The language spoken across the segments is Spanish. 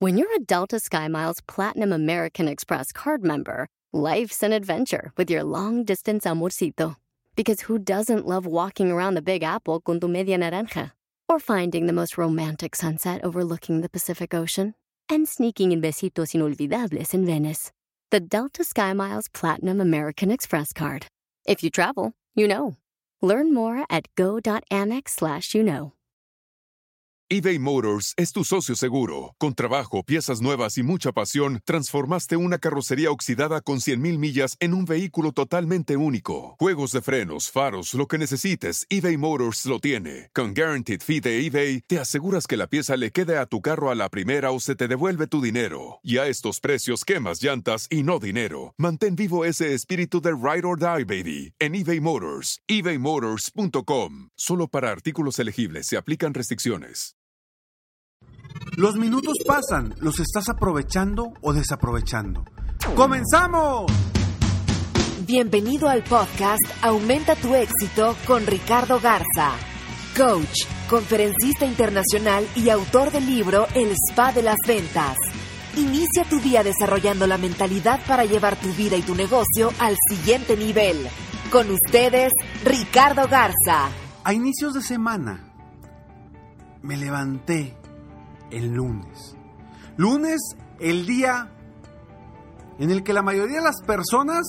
When you're a Delta SkyMiles Platinum American Express card member, life's an adventure with your long-distance amorcito. Because who doesn't love walking around the Big Apple con tu media naranja? Or finding the most romantic sunset overlooking the Pacific Ocean? And sneaking in besitos inolvidables in Venice. The Delta SkyMiles Platinum American Express card. If you travel, you know. Learn more at go.amex/you-know. eBay Motors es tu socio seguro. Con trabajo, piezas nuevas y mucha pasión, transformaste una carrocería oxidada con 100,000 millas en un vehículo totalmente único. Juegos de frenos, faros, lo que necesites, eBay Motors lo tiene. Con Guaranteed Fee de eBay, te aseguras que la pieza le quede a tu carro a la primera o se te devuelve tu dinero. Y a estos precios, quemas llantas y no dinero. Mantén vivo ese espíritu de Ride or Die, baby, en eBay Motors. ebaymotors.com. Solo para artículos elegibles se aplican restricciones. Los minutos pasan, ¿los estás aprovechando o desaprovechando? ¡Comenzamos! Bienvenido al podcast Aumenta tu éxito con Ricardo Garza, coach, conferencista internacional y autor del libro El Spa de las Ventas. Inicia tu día desarrollando la mentalidad para llevar tu vida y tu negocio al siguiente nivel. Con ustedes, Ricardo Garza. A inicios de semana me levanté el lunes. Lunes, el día en el que la mayoría de las personas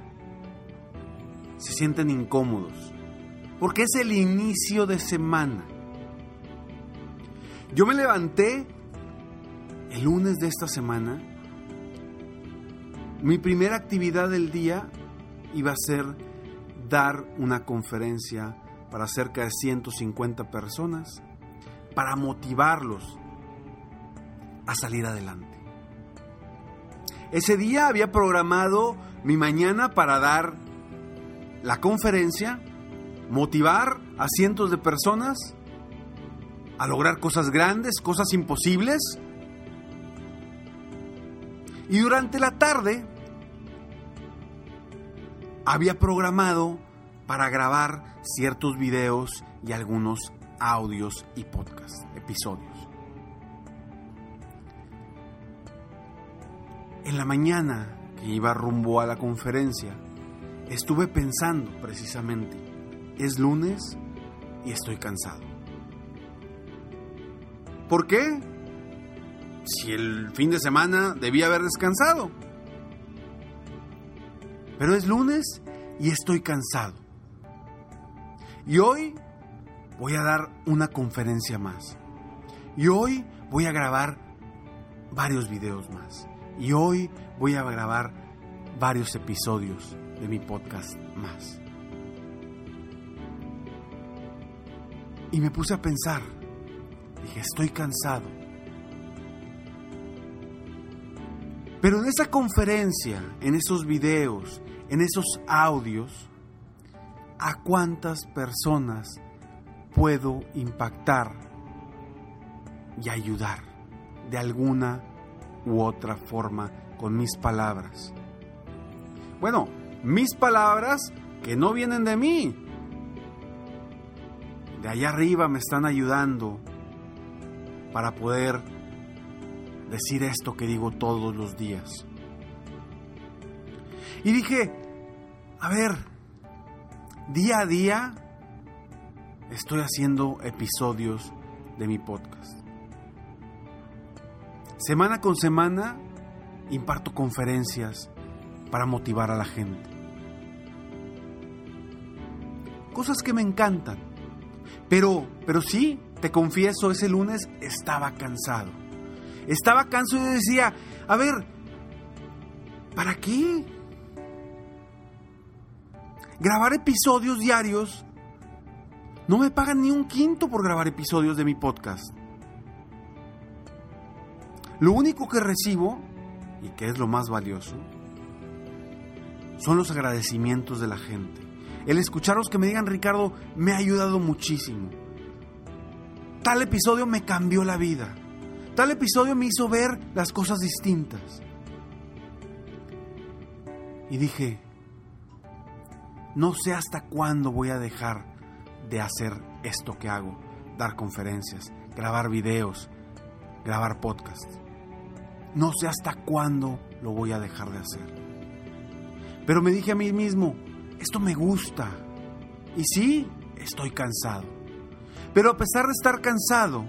se sienten incómodos, porque es el inicio de semana. Yo me levanté el lunes de esta semana. Mi primera actividad del día iba a ser dar una conferencia para cerca de 150 personas para motivarlos a salir adelante. Ese día había programado mi mañana para dar la conferencia, motivar a cientos de personas a lograr cosas grandes, cosas imposibles. Y durante la tarde había programado para grabar ciertos videos y algunos audios y podcasts, episodios. En la mañana que iba rumbo a la conferencia, estuve pensando precisamente, es lunes y estoy cansado. ¿Por qué? Si el fin de semana debía haber descansado. Pero es lunes y estoy cansado. Y hoy voy a dar una conferencia más. Y hoy voy a grabar varios videos más. Y hoy voy a grabar varios episodios de mi podcast más. Y me puse a pensar. Dije, estoy cansado. Pero en esa conferencia, en esos videos, en esos audios, ¿a cuántas personas puedo impactar y ayudar de alguna u otra forma con mis palabras? Bueno, mis palabras que no vienen de mí. De allá arriba me están ayudando para poder decir esto que digo todos los días. Y dije, a ver, día a día estoy haciendo episodios de mi podcast. Semana con semana imparto conferencias para motivar a la gente. Cosas que me encantan. Pero sí, te confieso, ese lunes estaba cansado. Estaba cansado y decía, a ver, ¿para qué? Grabar episodios diarios. No me pagan ni un quinto por grabar episodios de mi podcast. Lo único que recibo, y que es lo más valioso, son los agradecimientos de la gente. El escucharos que me digan, Ricardo, me ha ayudado muchísimo. Tal episodio me cambió la vida. Tal episodio me hizo ver las cosas distintas. Y dije, no sé hasta cuándo voy a dejar de hacer esto que hago. Dar conferencias, grabar videos, grabar podcasts. No sé hasta cuándo lo voy a dejar de hacer. Pero me dije a mí mismo, esto me gusta. Y sí, estoy cansado. Pero a pesar de estar cansado,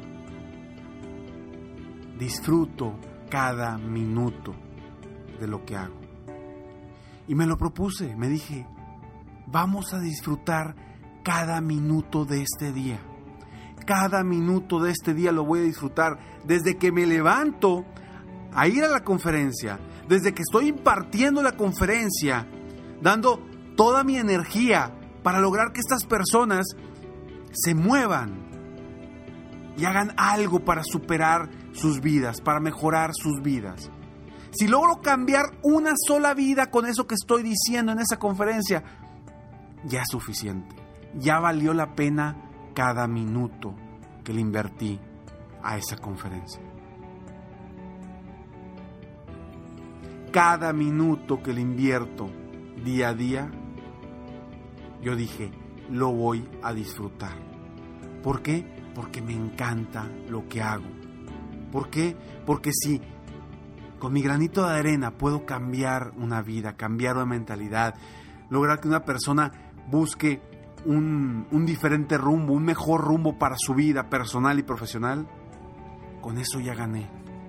disfruto cada minuto de lo que hago. Y me lo propuse, me dije, vamos a disfrutar cada minuto de este día. Cada minuto de este día lo voy a disfrutar desde que me levanto a ir a la conferencia, desde que estoy impartiendo la conferencia, dando toda mi energía para lograr que estas personas se muevan y hagan algo para superar sus vidas, para mejorar sus vidas. Si logro cambiar una sola vida con eso que estoy diciendo en esa conferencia, ya es suficiente. Ya valió la pena cada minuto que le invertí a esa conferencia. Cada minuto que le invierto día a día, yo dije, lo voy a disfrutar. ¿Por qué? Porque me encanta lo que hago. ¿Por qué? Porque si con mi granito de arena puedo cambiar una vida, cambiar una mentalidad, lograr que una persona busque un diferente rumbo, un mejor rumbo para su vida personal y profesional, con eso ya gané.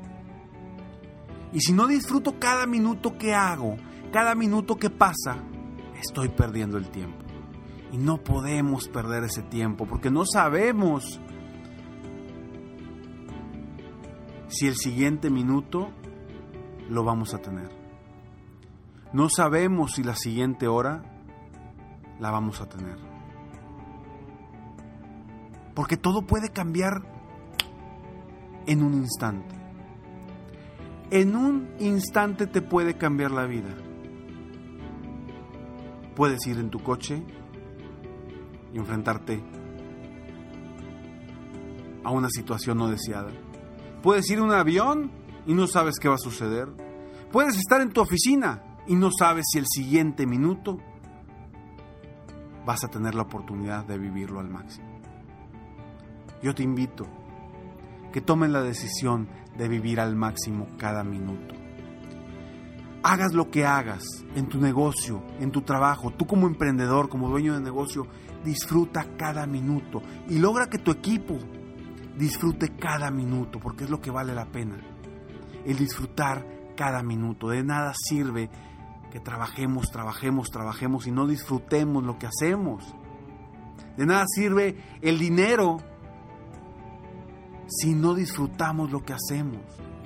Y si no disfruto cada minuto que hago, cada minuto que pasa, estoy perdiendo el tiempo. Y no podemos perder ese tiempo porque no sabemos si el siguiente minuto lo vamos a tener. No sabemos si la siguiente hora la vamos a tener. Porque todo puede cambiar en un instante. En un instante te puede cambiar la vida. Puedes ir en tu coche y enfrentarte a una situación no deseada. Puedes ir en un avión y no sabes qué va a suceder. Puedes estar en tu oficina y no sabes si el siguiente minuto vas a tener la oportunidad de vivirlo al máximo. Yo te invito que tomen la decisión de vivir al máximo cada minuto. Hagas lo que hagas en tu negocio, en tu trabajo, tú como emprendedor, como dueño de negocio, disfruta cada minuto y logra que tu equipo disfrute cada minuto, porque es lo que vale la pena. El disfrutar cada minuto. De nada sirve que trabajemos y no disfrutemos lo que hacemos. De nada sirve el dinero si no disfrutamos lo que hacemos.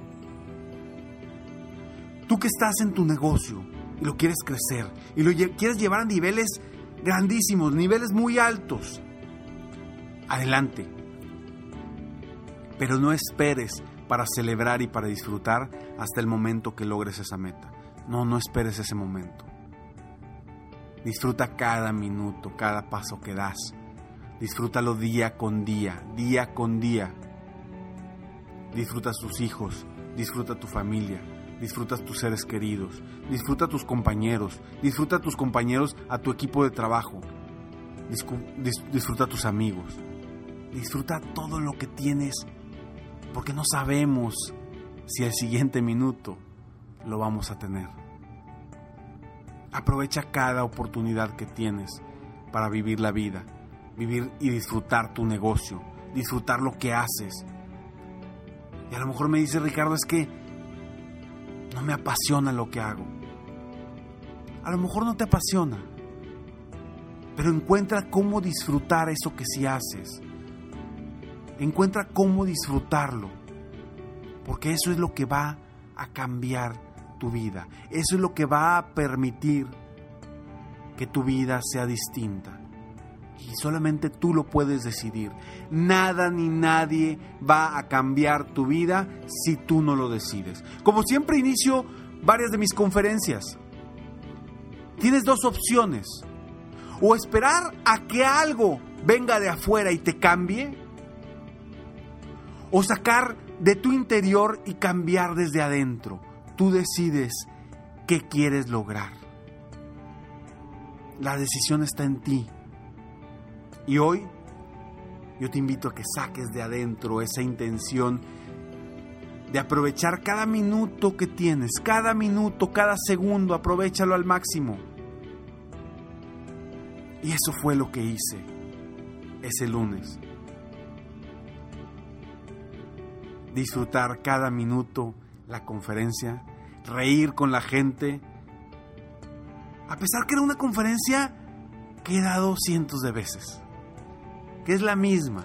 Tú que estás en tu negocio y lo quieres crecer y lo quieres llevar a niveles grandísimos, niveles muy altos, adelante. Pero no esperes para celebrar y para disfrutar hasta el momento que logres esa meta. No esperes ese momento. Disfruta cada minuto, cada paso que das. Disfrútalo día con día, día con día. Disfruta tus hijos, disfruta tu familia, disfruta tus seres queridos, disfruta tus compañeros a tu equipo de trabajo, disfruta tus amigos, disfruta todo lo que tienes, porque no sabemos si el siguiente minuto lo vamos a tener. Aprovecha cada oportunidad que tienes para vivir la vida, vivir y disfrutar tu negocio, disfrutar lo que haces. Y a lo mejor me dice Ricardo, es que no me apasiona lo que hago. A lo mejor no te apasiona, pero encuentra cómo disfrutar eso que sí haces. Encuentra cómo disfrutarlo, porque eso es lo que va a cambiar tu vida. Eso es lo que va a permitir que tu vida sea distinta. Y solamente tú lo puedes decidir. Nada ni nadie va a cambiar tu vida si tú no lo decides. Como siempre inicio varias de mis conferencias. Tienes dos opciones. O esperar a que algo venga de afuera y te cambie, o sacar de tu interior y cambiar desde adentro. Tú decides qué quieres lograr. La decisión está en ti. Y hoy yo te invito a que saques de adentro esa intención de aprovechar cada minuto que tienes, cada minuto, cada segundo, aprovéchalo al máximo. Y eso fue lo que hice ese lunes. Disfrutar cada minuto la conferencia, reír con la gente, a pesar que era una conferencia que he dado cientos de veces, que es la misma.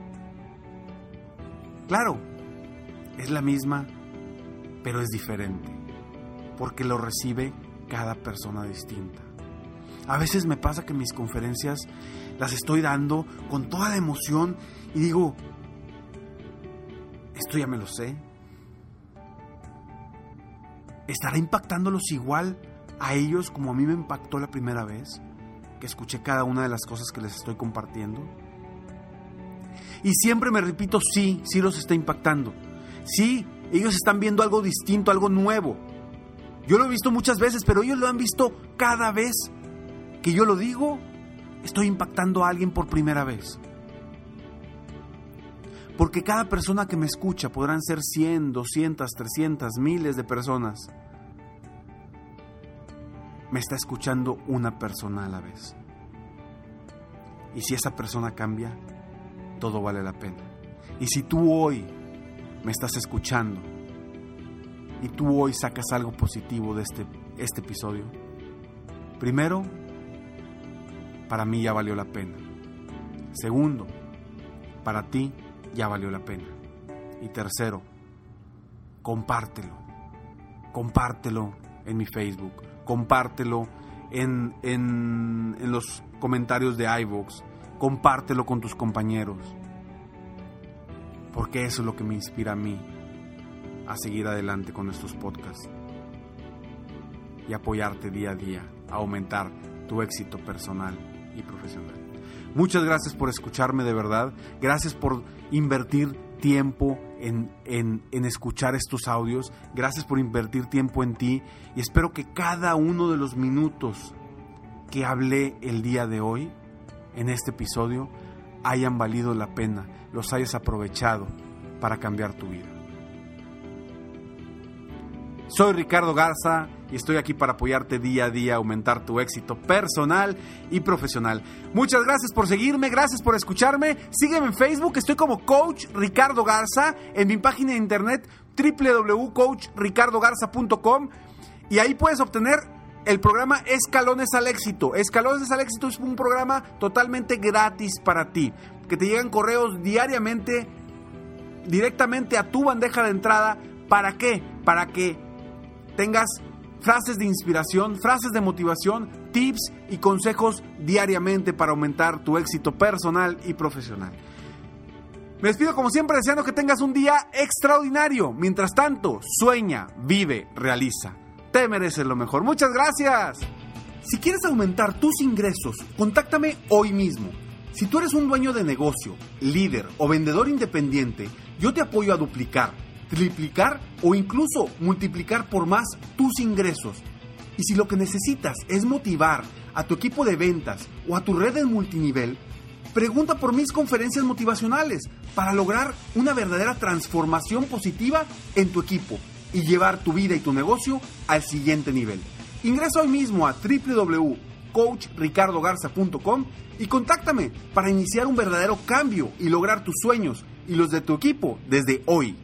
Claro, es la misma, pero es diferente, porque lo recibe cada persona distinta. A veces me pasa que mis conferencias las estoy dando con toda la emoción y digo, esto ya me lo sé. ¿Estará impactándolos igual a ellos como a mí me impactó la primera vez que escuché cada una de las cosas que les estoy compartiendo? Y siempre me repito, sí los está impactando. Sí, ellos están viendo algo distinto, algo nuevo. Yo lo he visto muchas veces, pero ellos lo han visto cada vez que yo lo digo, estoy impactando a alguien por primera vez. Porque cada persona que me escucha, podrán ser 100, 200, 300, miles de personas, me está escuchando una persona a la vez. Y si esa persona cambia, todo vale la pena. Y si tú hoy me estás escuchando y tú hoy sacas algo positivo de este episodio, primero, para mí ya valió la pena. Segundo, para ti ya valió la pena. Y tercero, compártelo. Compártelo en mi Facebook. Compártelo en los comentarios de iVoox. Compártelo con tus compañeros. Porque eso es lo que me inspira a mí a seguir adelante con estos podcasts. Y apoyarte día a día, a aumentar tu éxito personal y profesional. Muchas gracias por escucharme, de verdad. Gracias por invertir tiempo en escuchar estos audios. Gracias por invertir tiempo en ti. Y espero que cada uno de los minutos que hablé el día de hoy, en este episodio, hayan valido la pena, los hayas aprovechado para cambiar tu vida. Soy Ricardo Garza y estoy aquí para apoyarte día a día a aumentar tu éxito personal y profesional. Muchas gracias por seguirme, gracias por escucharme. Sígueme en Facebook, estoy como Coach Ricardo Garza, en mi página de internet www.coachricardogarza.com, y ahí puedes obtener el programa Escalones al Éxito. Escalones al Éxito es un programa totalmente gratis para ti, que te llegan correos diariamente, directamente a tu bandeja de entrada. ¿Para qué? Para que tengas frases de inspiración, frases de motivación, tips y consejos diariamente para aumentar tu éxito personal y profesional. Me despido como siempre deseando que tengas un día extraordinario. Mientras tanto, sueña, vive, realiza. Te mereces lo mejor. Muchas gracias. Si quieres aumentar tus ingresos, contáctame hoy mismo. Si tú eres un dueño de negocio, líder o vendedor independiente, yo te apoyo a duplicar, triplicar o incluso multiplicar por más tus ingresos. Y si lo que necesitas es motivar a tu equipo de ventas o a tu red de multinivel, pregunta por mis conferencias motivacionales para lograr una verdadera transformación positiva en tu equipo y llevar tu vida y tu negocio al siguiente nivel. Ingresa hoy mismo a www.coachricardogarza.com y contáctame para iniciar un verdadero cambio y lograr tus sueños y los de tu equipo desde hoy.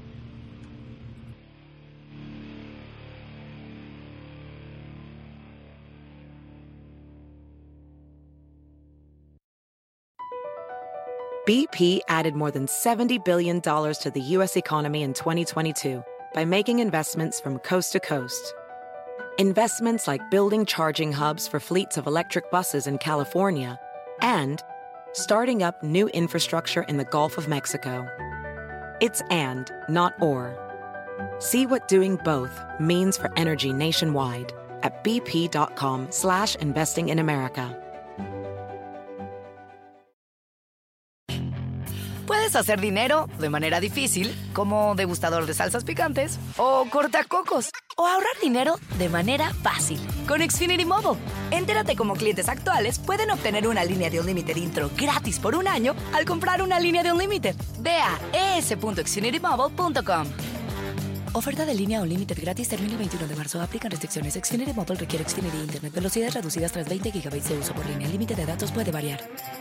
BP added more than $70 billion to the U.S. economy in 2022 by making investments from coast to coast. Investments like building charging hubs for fleets of electric buses in California and starting up new infrastructure in the Gulf of Mexico. It's and, not or. See what doing both means for energy nationwide at bp.com/investing in America. Puedes hacer dinero de manera difícil, como degustador de salsas picantes o cortacocos, o ahorrar dinero de manera fácil con Xfinity Mobile. Entérate cómo clientes actuales pueden obtener una línea de Unlimited intro gratis por un año al comprar una línea de Unlimited. Ve a es.xfinitymobile.com. Oferta de línea o límite gratis termina el 21 de marzo. Aplican restricciones. Xfinity Mobile requiere Xfinity Internet. Velocidades reducidas tras 20 GB de uso por línea. El límite de datos puede variar.